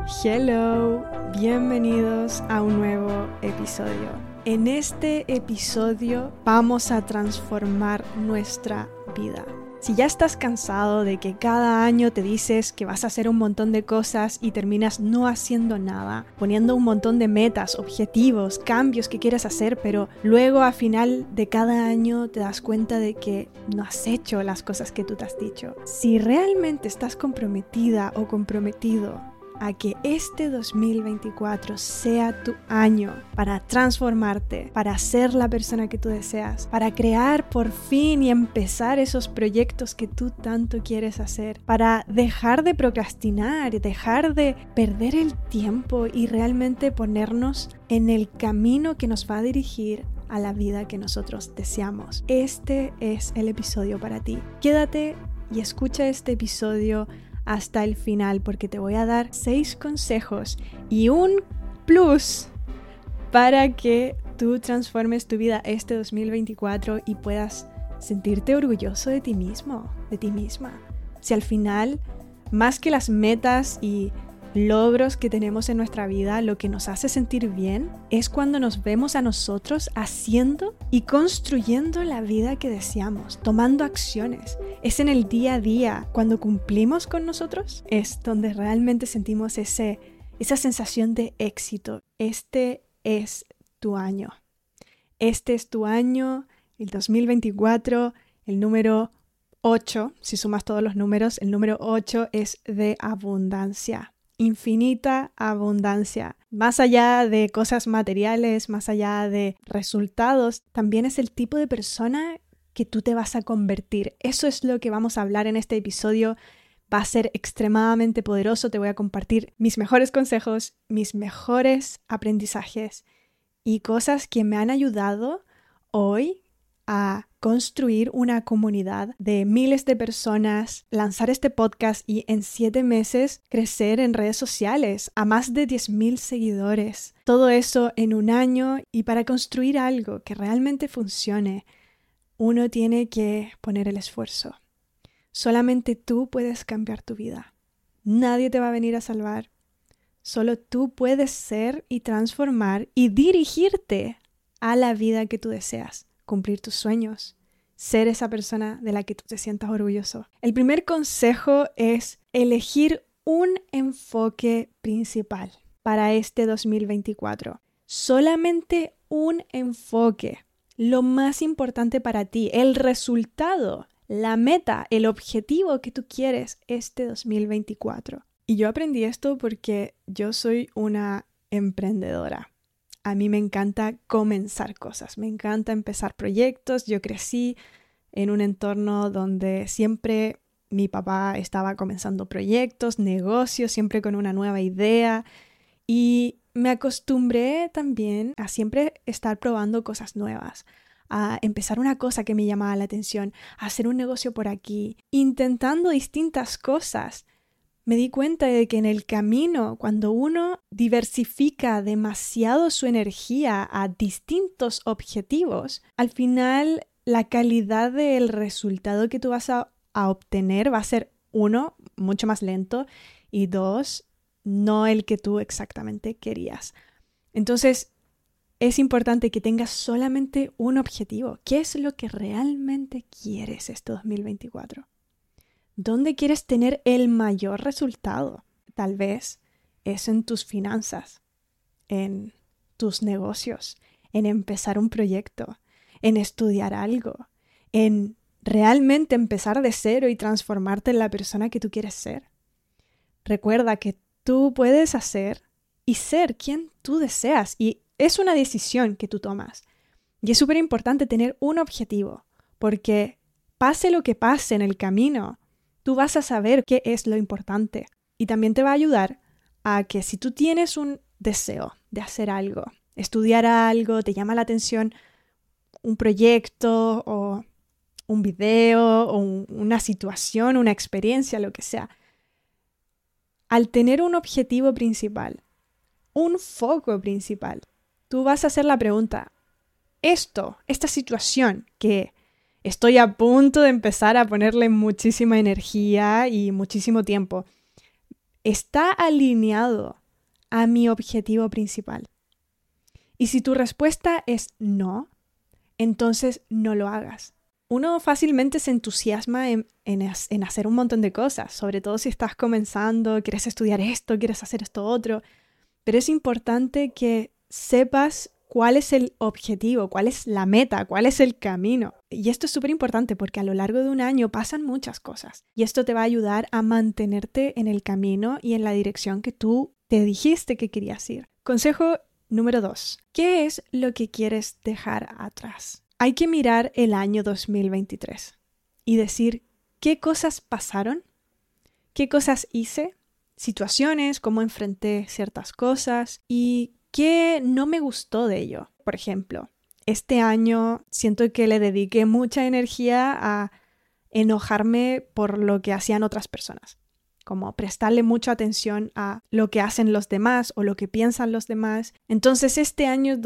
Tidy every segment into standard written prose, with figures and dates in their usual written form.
Hello, bienvenidos a un nuevo episodio. En este episodio vamos a transformar nuestra vida. Si ya estás cansado de que cada año te dices que vas a hacer un montón de cosas y terminas no haciendo nada, poniendo un montón de metas, objetivos, cambios que quieres hacer, pero luego a final de cada año te das cuenta de que no has hecho las cosas que tú te has dicho. Si realmente estás comprometida o comprometido a que este 2024 sea tu año para transformarte, para ser la persona que tú deseas, para crear por fin y empezar esos proyectos que tú tanto quieres hacer, para dejar de procrastinar, dejar de perder el tiempo y realmente ponernos en el camino que nos va a dirigir a la vida que nosotros deseamos. Este es el episodio para ti. Quédate y escucha este episodio hasta el final porque te voy a dar 6 consejos y un plus para que tú transformes tu vida este 2024 y puedas sentirte orgulloso de ti mismo, de ti misma. Si al final, más que las metas y logros que tenemos en nuestra vida, lo que nos hace sentir bien es cuando nos vemos a nosotros haciendo y construyendo la vida que deseamos, tomando acciones. Es en el día a día, cuando cumplimos con nosotros, es donde realmente sentimos esa sensación de éxito. Este es tu año. Este es tu año, el 2024, el número 8, si sumas todos los números, el número 8 es de abundancia. Infinita abundancia. Más allá de cosas materiales, más allá de resultados, también es el tipo de persona que tú te vas a convertir. Eso es lo que vamos a hablar en este episodio. Va a ser extremadamente poderoso. Te voy a compartir mis mejores consejos, mis mejores aprendizajes y cosas que me han ayudado hoy a construir una comunidad de miles de personas, lanzar este podcast y en 7 meses crecer en redes sociales a más de 10,000 seguidores. Todo eso en un año, y para construir algo que realmente funcione, uno tiene que poner el esfuerzo. Solamente tú puedes cambiar tu vida. Nadie te va a venir a salvar. Solo tú puedes ser y transformar y dirigirte a la vida que tú deseas. Cumplir tus sueños, ser esa persona de la que tú te sientas orgulloso. El primer consejo es elegir un enfoque principal para este 2024. Solamente un enfoque, lo más importante para ti, el resultado, la meta, el objetivo que tú quieres este 2024. Y yo aprendí esto porque yo soy una emprendedora. A mí me encanta comenzar cosas, me encanta empezar proyectos. Yo crecí en un entorno donde siempre mi papá estaba comenzando proyectos, negocios, siempre con una nueva idea. Y me acostumbré también a siempre estar probando cosas nuevas, a empezar una cosa que me llamaba la atención, a hacer un negocio por aquí, intentando distintas cosas. Me di cuenta de que en el camino, cuando uno diversifica demasiado su energía a distintos objetivos, al final la calidad del resultado que tú vas a obtener va a ser, 1, mucho más lento, y 2, no el que tú exactamente querías. Entonces, es importante que tengas solamente un objetivo. ¿Qué es lo que realmente quieres este 2024? ¿Dónde quieres tener el mayor resultado? Tal vez es en tus finanzas, en tus negocios, en empezar un proyecto, en estudiar algo, en realmente empezar de cero y transformarte en la persona que tú quieres ser. Recuerda que tú puedes hacer y ser quien tú deseas, y es una decisión que tú tomas. Y es súper importante tener un objetivo, porque pase lo que pase en el camino, tú vas a saber qué es lo importante. Y también te va a ayudar a que si tú tienes un deseo de hacer algo, estudiar algo, te llama la atención un proyecto o un video o una situación, una experiencia, lo que sea, al tener un objetivo principal, un foco principal, tú vas a hacer la pregunta, esta situación que estoy a punto de empezar a ponerle muchísima energía y muchísimo tiempo, está alineado a mi objetivo principal? Y si tu respuesta es no, entonces no lo hagas. Uno fácilmente se entusiasma en hacer un montón de cosas, sobre todo si estás comenzando, quieres estudiar esto, quieres hacer esto otro, pero es importante que sepas cuál es el objetivo, cuál es la meta, cuál es el camino. Y esto es súper importante porque a lo largo de un año pasan muchas cosas y esto te va a ayudar a mantenerte en el camino y en la dirección que tú te dijiste que querías ir. Consejo número 2. ¿Qué es lo que quieres dejar atrás? Hay que mirar el año 2023 y decir qué cosas pasaron, qué cosas hice, situaciones, cómo enfrenté ciertas cosas y qué no me gustó de ello. Por ejemplo, este año siento que le dediqué mucha energía a enojarme por lo que hacían otras personas, como prestarle mucha atención a lo que hacen los demás o lo que piensan los demás. Entonces este año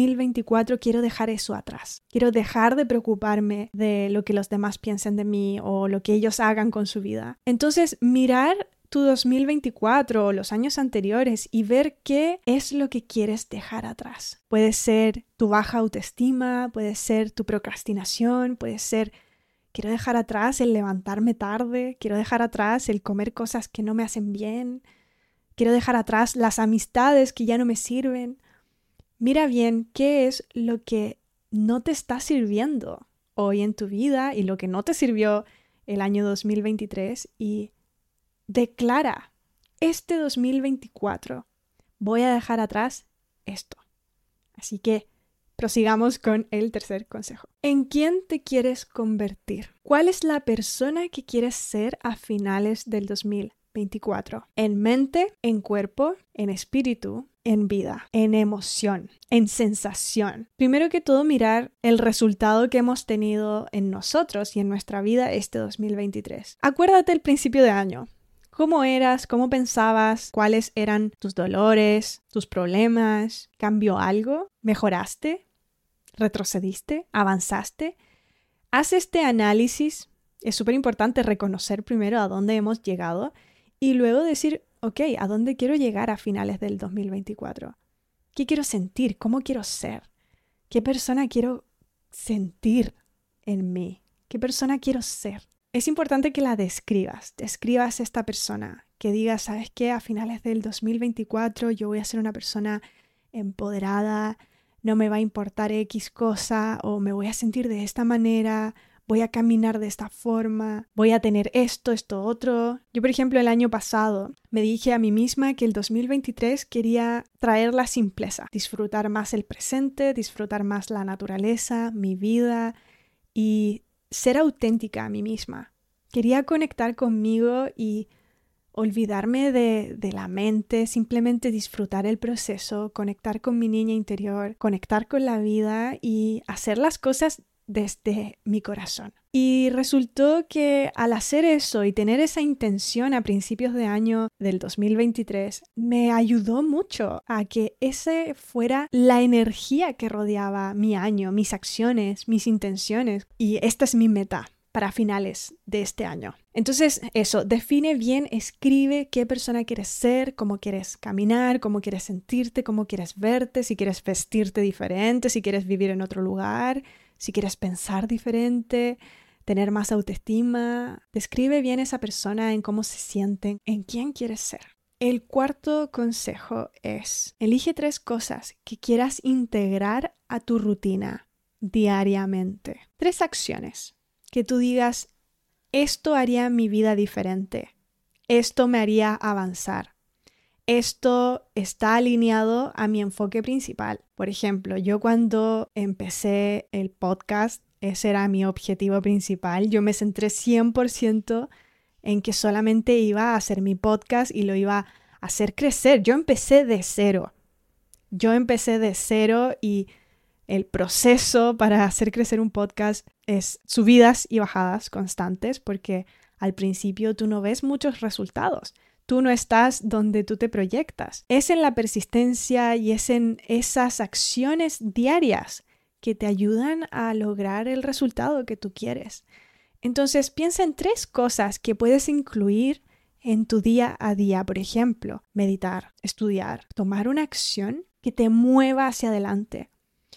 2024 quiero dejar eso atrás. Quiero dejar de preocuparme de lo que los demás piensen de mí o lo que ellos hagan con su vida. Entonces mirar tu 2024 o los años anteriores y ver qué es lo que quieres dejar atrás. Puede ser tu baja autoestima, puede ser tu procrastinación, puede ser quiero dejar atrás el levantarme tarde, quiero dejar atrás el comer cosas que no me hacen bien, quiero dejar atrás las amistades que ya no me sirven. Mira bien qué es lo que no te está sirviendo hoy en tu vida y lo que no te sirvió el año 2023 y declara, este 2024 voy a dejar atrás esto. Así que prosigamos con el tercer consejo. ¿En quién te quieres convertir? ¿Cuál es la persona que quieres ser a finales del 2024? En mente, en cuerpo, en espíritu, en vida, en emoción, en sensación. Primero que todo, mirar el resultado que hemos tenido en nosotros y en nuestra vida este 2023. Acuérdate el principio de año. ¿Cómo eras? ¿Cómo pensabas? ¿Cuáles eran tus dolores? ¿Tus problemas? ¿Cambió algo? ¿Mejoraste? ¿Retrocediste? ¿Avanzaste? Haz este análisis. Es súper importante reconocer primero a dónde hemos llegado y luego decir, ok, ¿a dónde quiero llegar a finales del 2024? ¿Qué quiero sentir? ¿Cómo quiero ser? ¿Qué persona quiero sentir en mí? ¿Qué persona quiero ser? Es importante que la describas esta persona, que digas, ¿sabes qué? A finales del 2024 yo voy a ser una persona empoderada, no me va a importar X cosa o me voy a sentir de esta manera, voy a caminar de esta forma, voy a tener esto, otro. Yo, por ejemplo, el año pasado me dije a mí misma que el 2023 quería traer la simpleza, disfrutar más el presente, disfrutar más la naturaleza, mi vida y ser auténtica a mí misma. Quería conectar conmigo y olvidarme de la mente, simplemente disfrutar el proceso, conectar con mi niña interior, conectar con la vida y hacer las cosas desde mi corazón. Y resultó que al hacer eso y tener esa intención a principios de año del 2023, me ayudó mucho a que ese fuera la energía que rodeaba mi año, mis acciones, mis intenciones. Y esta es mi meta para finales de este año. Entonces eso, define bien, escribe qué persona quieres ser, cómo quieres caminar, cómo quieres sentirte, cómo quieres verte, si quieres vestirte diferente, si quieres vivir en otro lugar, si quieres pensar diferente, tener más autoestima. Describe bien esa persona en cómo se sienten, en quién quieres ser. El cuarto consejo es, elige 3 cosas que quieras integrar a tu rutina diariamente. 3 acciones que tú digas, esto haría mi vida diferente, esto me haría avanzar, esto está alineado a mi enfoque principal. Por ejemplo, yo cuando empecé el podcast, ese era mi objetivo principal. Yo me centré 100% en que solamente iba a hacer mi podcast y lo iba a hacer crecer. Yo empecé de cero y el proceso para hacer crecer un podcast es subidas y bajadas constantes porque al principio tú no ves muchos resultados. Tú no estás donde tú te proyectas. Es en la persistencia y es en esas acciones diarias que te ayudan a lograr el resultado que tú quieres. Entonces piensa en 3 cosas que puedes incluir en tu día a día, por ejemplo, meditar, estudiar, tomar una acción que te mueva hacia adelante.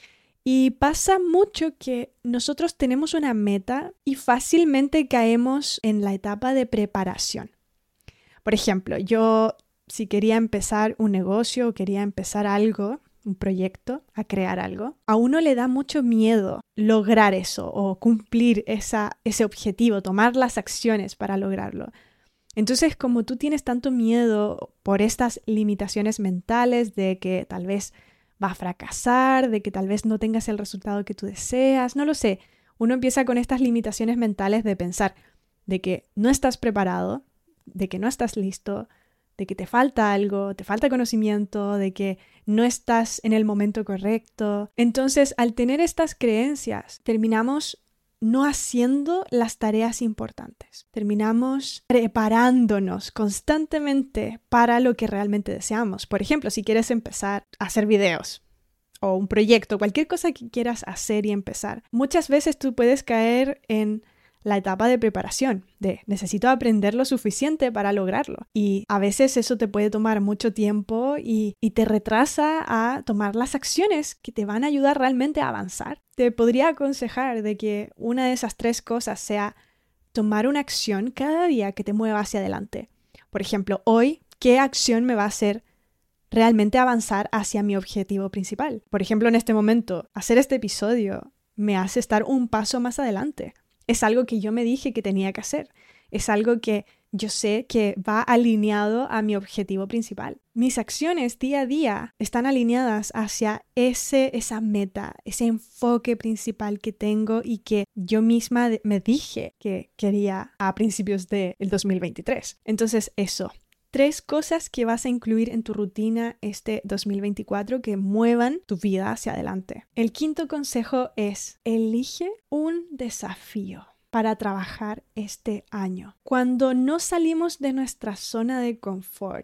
Y pasa mucho que nosotros tenemos una meta y fácilmente caemos en la etapa de preparación. Por ejemplo, yo si quería empezar un negocio o quería empezar algo, un proyecto, a crear algo, a uno le da mucho miedo lograr eso o cumplir ese objetivo, tomar las acciones para lograrlo. Entonces, como tú tienes tanto miedo por estas limitaciones mentales de que tal vez va a fracasar, de que tal vez no tengas el resultado que tú deseas, no lo sé. Uno empieza con estas limitaciones mentales de pensar de que no estás preparado, de que no estás listo, de que te falta algo, te falta conocimiento, de que no estás en el momento correcto. Entonces, al tener estas creencias, terminamos no haciendo las tareas importantes. Terminamos preparándonos constantemente para lo que realmente deseamos. Por ejemplo, si quieres empezar a hacer videos o un proyecto, cualquier cosa que quieras hacer y empezar, muchas veces tú puedes caer en la etapa de preparación, de necesito aprender lo suficiente para lograrlo. Y a veces eso te puede tomar mucho tiempo y te retrasa a tomar las acciones que te van a ayudar realmente a avanzar. Te podría aconsejar de que una de esas 3 cosas sea tomar una acción cada día que te mueva hacia adelante. Por ejemplo, hoy, ¿qué acción me va a hacer realmente avanzar hacia mi objetivo principal? Por ejemplo, en este momento, hacer este episodio me hace estar un paso más adelante. Es algo que yo me dije que tenía que hacer. Es algo que yo sé que va alineado a mi objetivo principal. Mis acciones día a día están alineadas hacia esa meta, ese enfoque principal que tengo y que yo misma me dije que quería a principios del 2023. Entonces, eso. 3 cosas que vas a incluir en tu rutina este 2024 que muevan tu vida hacia adelante. El 5º consejo es: elige un desafío para trabajar este año. Cuando no salimos de nuestra zona de confort,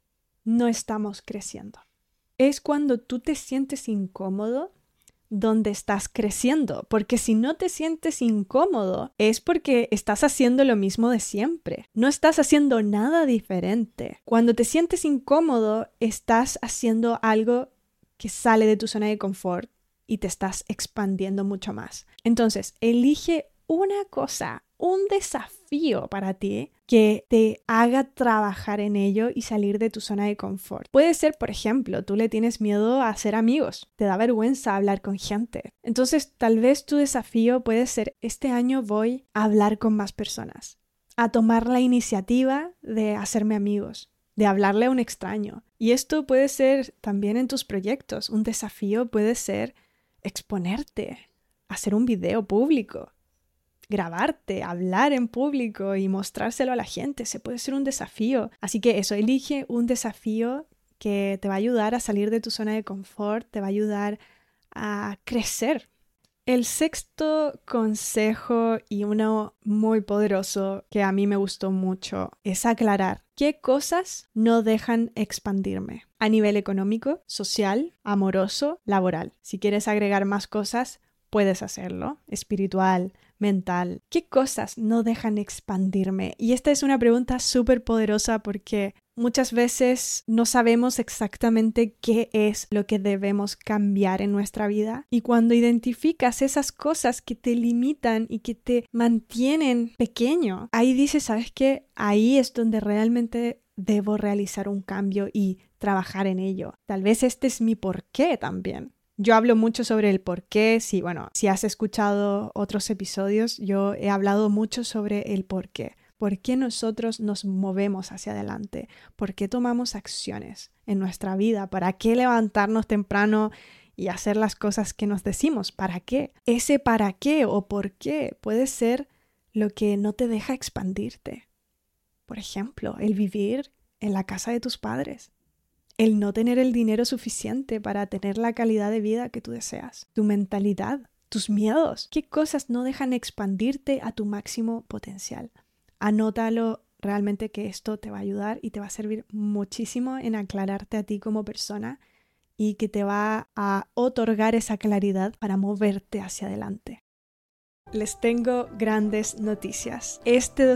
no estamos creciendo. Es cuando tú te sientes incómodo donde estás creciendo, porque si no te sientes incómodo es porque estás haciendo lo mismo de siempre, no estás haciendo nada diferente. Cuando te sientes incómodo estás haciendo algo que sale de tu zona de confort y te estás expandiendo mucho más. Entonces, elige una cosa, un desafío para ti que te haga trabajar en ello y salir de tu zona de confort. Puede ser, por ejemplo, tú le tienes miedo a hacer amigos, te da vergüenza hablar con gente. Entonces, tal vez tu desafío puede ser: este año voy a hablar con más personas, a tomar la iniciativa de hacerme amigos, de hablarle a un extraño. Y esto puede ser también en tus proyectos. Un desafío puede ser exponerte, hacer un video público, grabarte, hablar en público y mostrárselo a la gente. Se puede ser un desafío. Así que eso, elige un desafío que te va a ayudar a salir de tu zona de confort, te va a ayudar a crecer. El 6º consejo, y uno muy poderoso que a mí me gustó mucho, es aclarar qué cosas no dejan expandirme a nivel económico, social, amoroso, laboral. Si quieres agregar más cosas, puedes hacerlo. Espiritual, mental. ¿Qué cosas no dejan expandirme? Y esta es una pregunta súper poderosa porque muchas veces no sabemos exactamente qué es lo que debemos cambiar en nuestra vida. Y cuando identificas esas cosas que te limitan y que te mantienen pequeño, ahí dices, ¿sabes qué? Ahí es donde realmente debo realizar un cambio y trabajar en ello. Tal vez este es mi porqué también. Yo hablo mucho sobre el por qué. Si has escuchado otros episodios, yo he hablado mucho sobre el por qué. ¿Por qué nosotros nos movemos hacia adelante? ¿Por qué tomamos acciones en nuestra vida? ¿Para qué levantarnos temprano y hacer las cosas que nos decimos? ¿Para qué? Ese para qué o por qué puede ser lo que no te deja expandirte. Por ejemplo, el vivir en la casa de tus padres. El no tener el dinero suficiente para tener la calidad de vida que tú deseas. Tu mentalidad, tus miedos. ¿Qué cosas no dejan expandirte a tu máximo potencial? Anótalo, realmente que esto te va a ayudar y te va a servir muchísimo en aclararte a ti como persona y que te va a otorgar esa claridad para moverte hacia adelante. les tengo grandes noticias. Este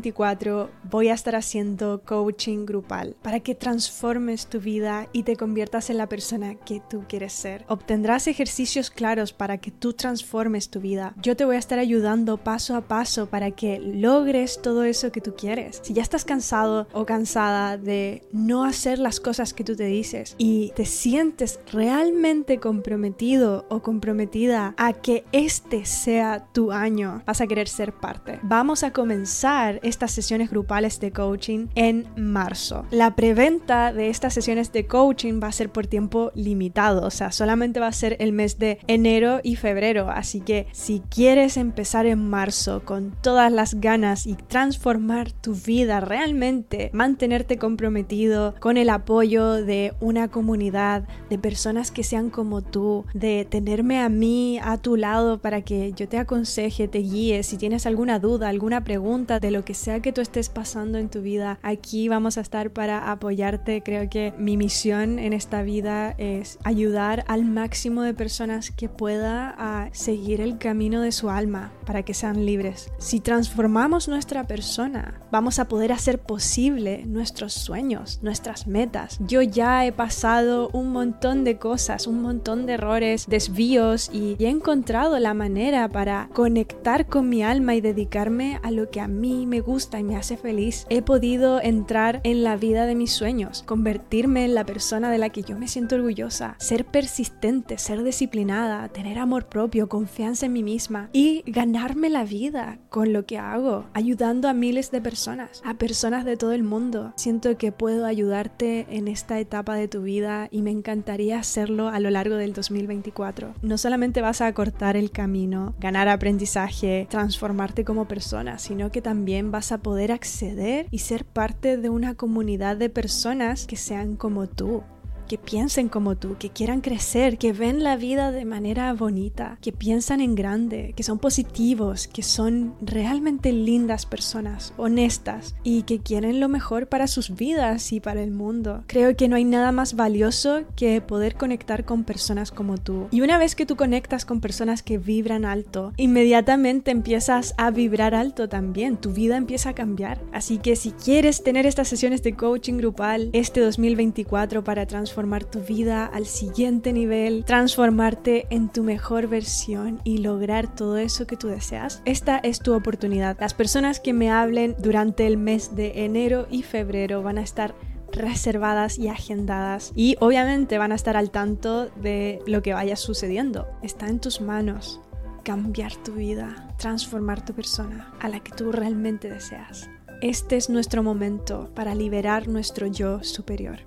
2024 voy a estar haciendo coaching grupal para que transformes tu vida y te conviertas en la persona que tú quieres ser. Obtendrás ejercicios claros para que tú transformes tu vida. Yo te voy a estar ayudando paso a paso para que logres todo eso que tú quieres. Si ya estás cansado o cansada de no hacer las cosas que tú te dices y te sientes realmente comprometido o comprometida a que este sea tu año, vas a querer ser parte. Vamos a comenzar estas sesiones grupales de coaching en marzo. La preventa de estas sesiones de coaching va a ser por tiempo limitado, o sea, solamente va a ser el mes de enero y febrero, así que si quieres empezar en marzo con todas las ganas y transformar tu vida realmente, mantenerte comprometido con el apoyo de una comunidad de personas que sean como tú, de tenerme a mí a tu lado para que yo te aconseje, te guíe, si tienes alguna duda, alguna pregunta de lo que sea que tú estés pasando en tu vida, aquí vamos a estar para apoyarte. Creo que mi misión en esta vida es ayudar al máximo de personas que pueda a seguir el camino de su alma para que sean libres. Si transformamos nuestra persona, vamos a poder hacer posible nuestros sueños, nuestras metas. Yo ya he pasado un montón de cosas, un montón de errores, desvíos y he encontrado la manera para conectar con mi alma y dedicarme a lo que a mí me gusta y me hace feliz. He podido entrar en la vida de mis sueños, convertirme en la persona de la que yo me siento orgullosa, ser persistente, ser disciplinada, tener amor propio, confianza en mí misma y ganarme la vida con lo que hago, ayudando a miles de personas, a personas de todo el mundo. Siento que puedo ayudarte en esta etapa de tu vida y me encantaría hacerlo a lo largo del 2024. No solamente vas a acortar el camino, ganar aprendizaje, transformarte como persona, sino que también vas a poder acceder y ser parte de una comunidad de personas que sean como tú, que piensen como tú, que quieran crecer, que ven la vida de manera bonita, que piensan en grande, que son positivos, que son realmente lindas personas, honestas y que quieren lo mejor para sus vidas y para el mundo. Creo que no hay nada más valioso que poder conectar con personas como tú. Y una vez que tú conectas con personas que vibran alto, inmediatamente empiezas a vibrar alto también. Tu vida empieza a cambiar. Así que si quieres tener estas sesiones de coaching grupal este 2024 para transformar tu vida al siguiente nivel, transformarte en tu mejor versión y lograr todo eso que tú deseas, esta es tu oportunidad. Las personas que me hablen durante el mes de enero y febrero van a estar reservadas y agendadas y obviamente van a estar al tanto de lo que vaya sucediendo. Está en tus manos cambiar tu vida, transformar tu persona a la que tú realmente deseas. Este es nuestro momento para liberar nuestro yo superior.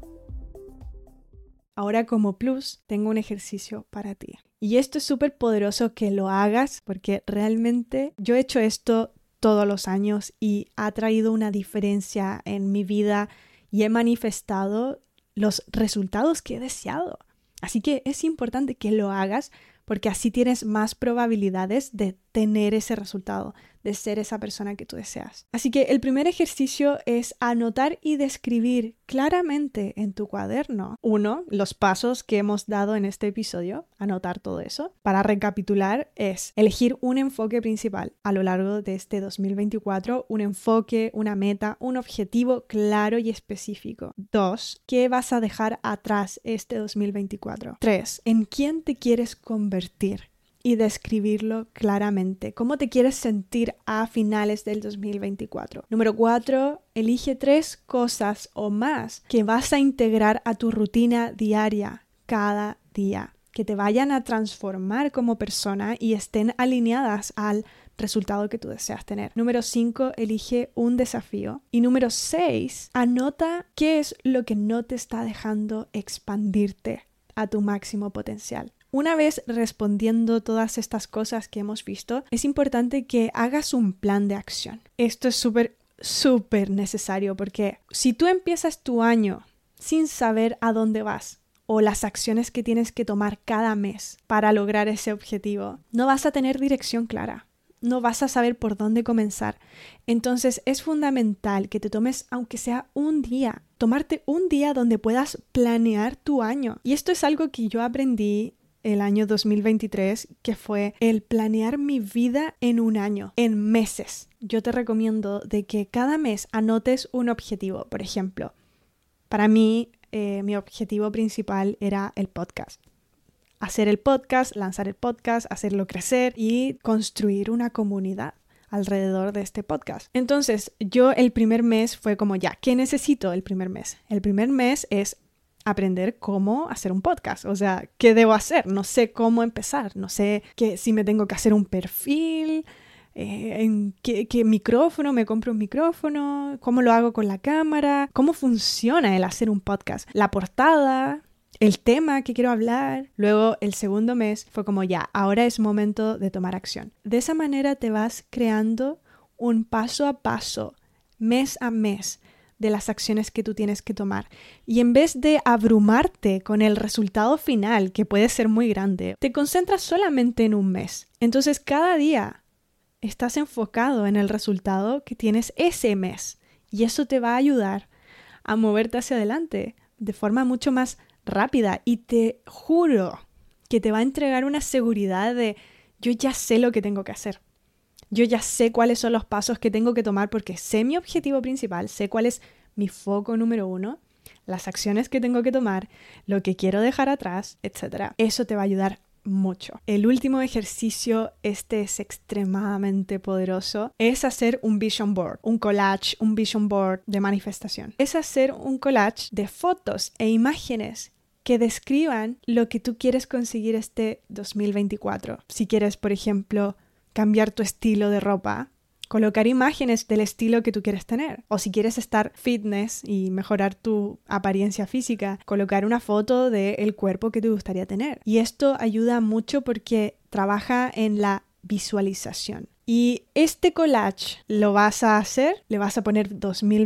Ahora como plus tengo un ejercicio para ti. Y esto es súper poderoso que lo hagas porque realmente yo he hecho esto todos los años y ha traído una diferencia en mi vida y he manifestado los resultados que he deseado. Así que es importante que lo hagas porque así tienes más probabilidades de tener ese resultado, de ser esa persona que tú deseas. Así que el primer ejercicio es anotar y describir claramente en tu cuaderno, los pasos que hemos dado en este episodio, anotar todo eso. Para recapitular es elegir un enfoque principal a lo largo de este 2024, un enfoque, una meta, un objetivo claro y específico. 2, ¿qué vas a dejar atrás este 2024? 3, ¿en quién te quieres convertir? Y describirlo claramente. ¿Cómo te quieres sentir a finales del 2024? Número 4, elige 3 cosas o más que vas a integrar a tu rutina diaria cada día, que te vayan a transformar como persona y estén alineadas al resultado que tú deseas tener. Número 5, elige un desafío. Y número 6, anota qué es lo que no te está dejando expandirte a tu máximo potencial. Una vez respondiendo todas estas cosas que hemos visto, es importante que hagas un plan de acción. Esto es súper necesario porque si tú empiezas tu año sin saber a dónde vas o las acciones que tienes que tomar cada mes para lograr ese objetivo, no vas a tener dirección clara. No vas a saber por dónde comenzar. Entonces es fundamental que te tomes, aunque sea un día, tomarte un día donde puedas planear tu año. Y esto es algo que yo aprendí el año 2023, que fue el planear mi vida en un año, en meses. Yo te recomiendo de que cada mes anotes un objetivo. Por ejemplo, para mí, mi objetivo principal era el podcast. Hacer el podcast, lanzar el podcast, hacerlo crecer y construir una comunidad alrededor de este podcast. Entonces, yo el primer mes fue como ya, ¿qué necesito el primer mes? El primer mes es aprender cómo hacer un podcast. O sea, ¿qué debo hacer? No sé cómo empezar. No sé si me tengo que hacer un perfil, en qué micrófono, me compro un micrófono, cómo lo hago con la cámara, cómo funciona el hacer un podcast, la portada, el tema que quiero hablar. Luego el segundo mes fue como ya, ahora es momento de tomar acción. De esa manera te vas creando un paso a paso, mes a mes, de las acciones que tú tienes que tomar. Y en vez de abrumarte con el resultado final, que puede ser muy grande, te concentras solamente en un mes. Entonces cada día estás enfocado en el resultado que tienes ese mes. Y eso te va a ayudar a moverte hacia adelante de forma mucho más rápida. Y te juro que te va a entregar una seguridad de yo ya sé lo que tengo que hacer. Yo ya sé cuáles son los pasos que tengo que tomar porque sé mi objetivo principal, sé cuál es mi foco número 1, las acciones que tengo que tomar, lo que quiero dejar atrás, etc. Eso te va a ayudar mucho. El último ejercicio, este es extremadamente poderoso, es hacer un vision board, un collage, un vision board de manifestación. Es hacer un collage de fotos e imágenes que describan lo que tú quieres conseguir este 2024. Si quieres, por ejemplo, cambiar tu estilo de ropa, colocar imágenes del estilo que tú quieres tener. O si quieres estar fitness y mejorar tu apariencia física, colocar una foto del cuerpo que te gustaría tener. Y esto ayuda mucho porque trabaja en la visualización. Y este collage lo vas a hacer, le vas a poner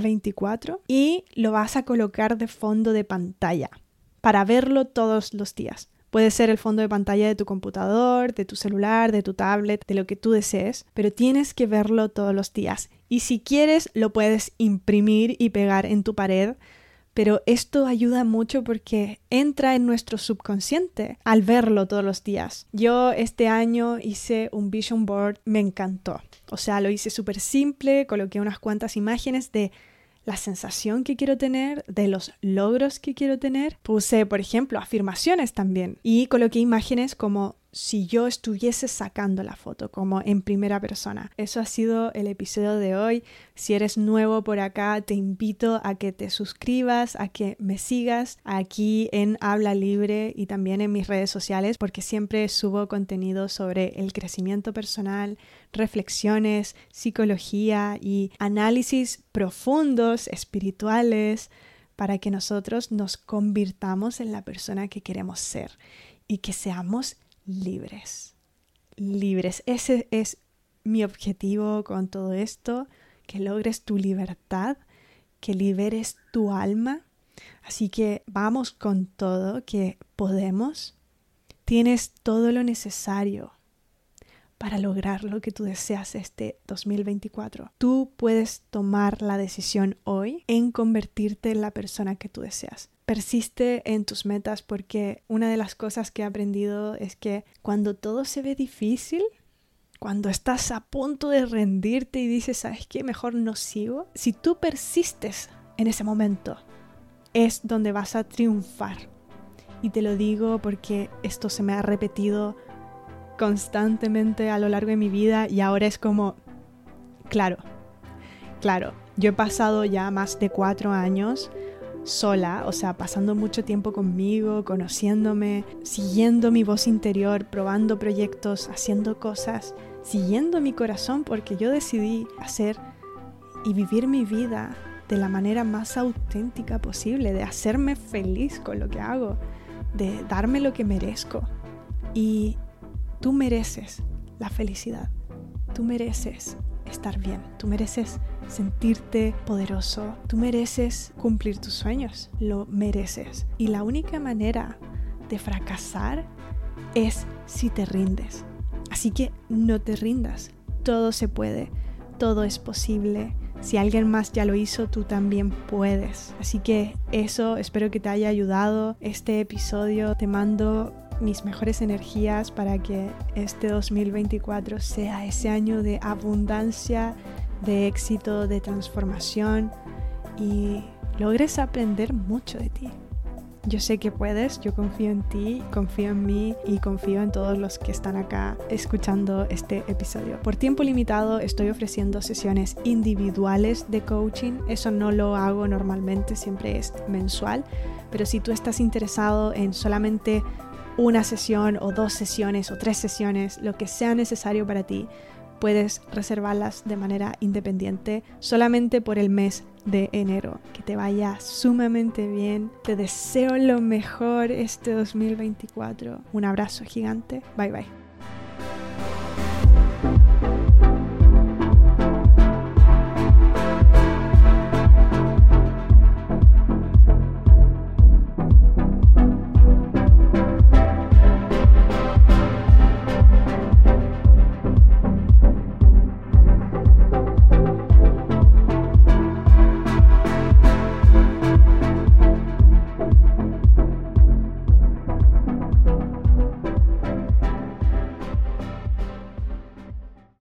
2024 y lo vas a colocar de fondo de pantalla para verlo todos los días. Puede ser el fondo de pantalla de tu computador, de tu celular, de tu tablet, de lo que tú desees, pero tienes que verlo todos los días. Y si quieres, lo puedes imprimir y pegar en tu pared, pero esto ayuda mucho porque entra en nuestro subconsciente al verlo todos los días. Yo este año hice un vision board, me encantó. O sea, lo hice súper simple, coloqué unas cuantas imágenes de la sensación que quiero tener, de los logros que quiero tener. Puse, por ejemplo, afirmaciones también y coloqué imágenes como si yo estuviese sacando la foto, como en primera persona. Eso ha sido el episodio de hoy. Si eres nuevo por acá, te invito a que te suscribas, a que me sigas aquí en Habla Libre y también en mis redes sociales, porque siempre subo contenido sobre el crecimiento personal, reflexiones, psicología y análisis profundos, espirituales, para que nosotros nos convirtamos en la persona que queremos ser y que seamos libres. Ese es mi objetivo con todo esto, que logres tu libertad, que liberes tu alma. Así que vamos con todo, que podemos. Tienes todo lo necesario para lograr lo que tú deseas este 2024. Tú puedes tomar la decisión hoy en convertirte en la persona que tú deseas. Persiste en tus metas porque una de las cosas que he aprendido es que cuando todo se ve difícil, cuando estás a punto de rendirte y dices, ¿sabes qué? Mejor no sigo. Si tú persistes en ese momento, es donde vas a triunfar. Y te lo digo porque esto se me ha repetido constantemente a lo largo de mi vida y ahora es como, claro, yo he pasado ya más de 4 años sola, o sea, pasando mucho tiempo conmigo, conociéndome, siguiendo mi voz interior, probando proyectos, haciendo cosas, siguiendo mi corazón, porque yo decidí hacer y vivir mi vida de la manera más auténtica posible, de hacerme feliz con lo que hago, de darme lo que merezco. Y tú mereces la felicidad, tú mereces estar bien, tú mereces sentirte poderoso, tú mereces cumplir tus sueños, lo mereces. Y la única manera de fracasar es si te rindes. Así que no te rindas, todo se puede, todo es posible. Si alguien más ya lo hizo, tú también puedes. Así que eso, espero que te haya ayudado este episodio. Te mando mis mejores energías para que este 2024 sea ese año de abundancia, de éxito, de transformación y logres aprender mucho de ti. Yo sé que puedes, yo confío en ti, confío en mí y confío en todos los que están acá escuchando este episodio. Por tiempo limitado estoy ofreciendo sesiones individuales de coaching. Eso no lo hago normalmente, siempre es mensual. Pero si tú estás interesado en solamente una sesión o 2 sesiones o 3 sesiones, lo que sea necesario para ti, puedes reservarlas de manera independiente solamente por el mes de enero. Que te vaya sumamente bien. Te deseo lo mejor este 2024. Un abrazo gigante. Bye bye.